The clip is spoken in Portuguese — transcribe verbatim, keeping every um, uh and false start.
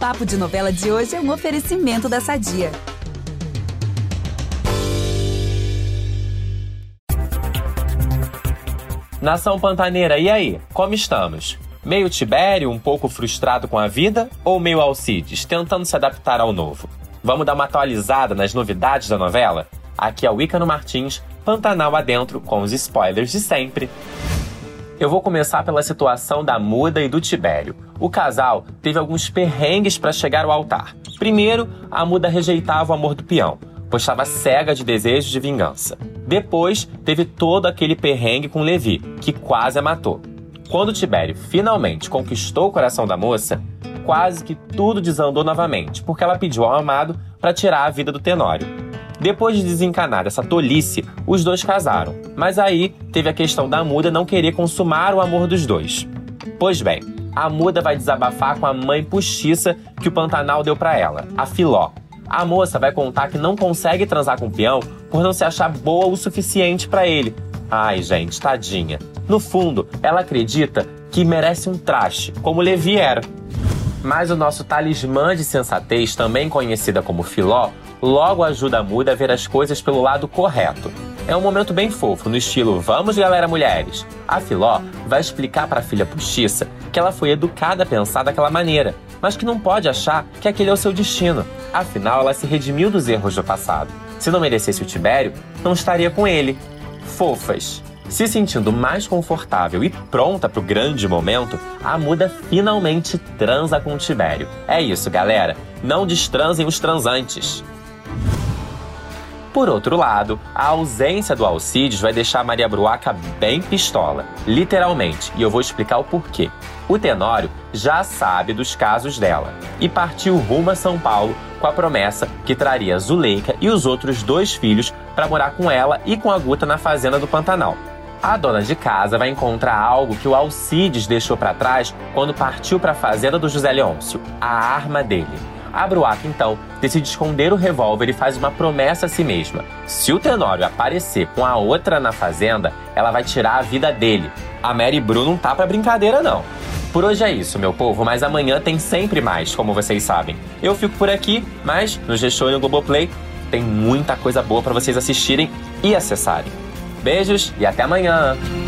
Papo de Novela de hoje é um oferecimento da Sadia. Nação Pantaneira, e aí? Como estamos? Meio Tibério, um pouco frustrado com a vida? Ou meio Alcides, tentando se adaptar ao novo? Vamos dar uma atualizada nas novidades da novela? Aqui é o Ícaro Martins, Pantanal adentro, com os spoilers de sempre. Eu vou começar pela situação da Muda e do Tibério. O casal teve alguns perrengues para chegar ao altar. Primeiro, a Muda rejeitava o amor do peão, pois estava cega de desejo de vingança. Depois, teve todo aquele perrengue com Levi, que quase a matou. Quando Tibério finalmente conquistou o coração da moça, quase que tudo desandou novamente, porque ela pediu ao amado para tirar a vida do Tenório. Depois de desencanar essa tolice, os dois casaram. Mas aí teve a questão da Muda não querer consumar o amor dos dois. Pois bem, a Muda vai desabafar com a mãe postiça que o Pantanal deu para ela, a Filó. A moça vai contar que não consegue transar com o peão por não se achar boa o suficiente para ele. Ai, gente, tadinha. No fundo, ela acredita que merece um traste, como Levi era. Mas o nosso talismã de sensatez, também conhecida como Filó, logo ajuda a Muda a ver as coisas pelo lado correto. É um momento bem fofo, no estilo "Vamos, galera, mulheres!". A Filó vai explicar para a filha postiça que ela foi educada a pensar daquela maneira, mas que não pode achar que aquele é o seu destino. Afinal, ela se redimiu dos erros do passado. Se não merecesse o Tibério, não estaria com ele. Fofas. Se sentindo mais confortável e pronta para o grande momento, a Muda finalmente transa com o Tibério. É isso, galera. Não destransem os transantes. Por outro lado, a ausência do Alcides vai deixar a Maria Bruaca bem pistola, literalmente, e eu vou explicar o porquê. O Tenório já sabe dos casos dela e partiu rumo a São Paulo com a promessa que traria Zuleika e os outros dois filhos para morar com ela e com a Guta na fazenda do Pantanal. A dona de casa vai encontrar algo que o Alcides deixou para trás quando partiu para a fazenda do José Leôncio, a arma dele. A Bruaca, então, decide esconder o revólver e faz uma promessa a si mesma. Se o Tenório aparecer com a outra na fazenda, ela vai tirar a vida dele. A Mary Bru não tá pra brincadeira, não. Por hoje é isso, meu povo, mas amanhã tem sempre mais, como vocês sabem. Eu fico por aqui, mas no G-Show e no Globoplay tem muita coisa boa pra vocês assistirem e acessarem. Beijos e até amanhã!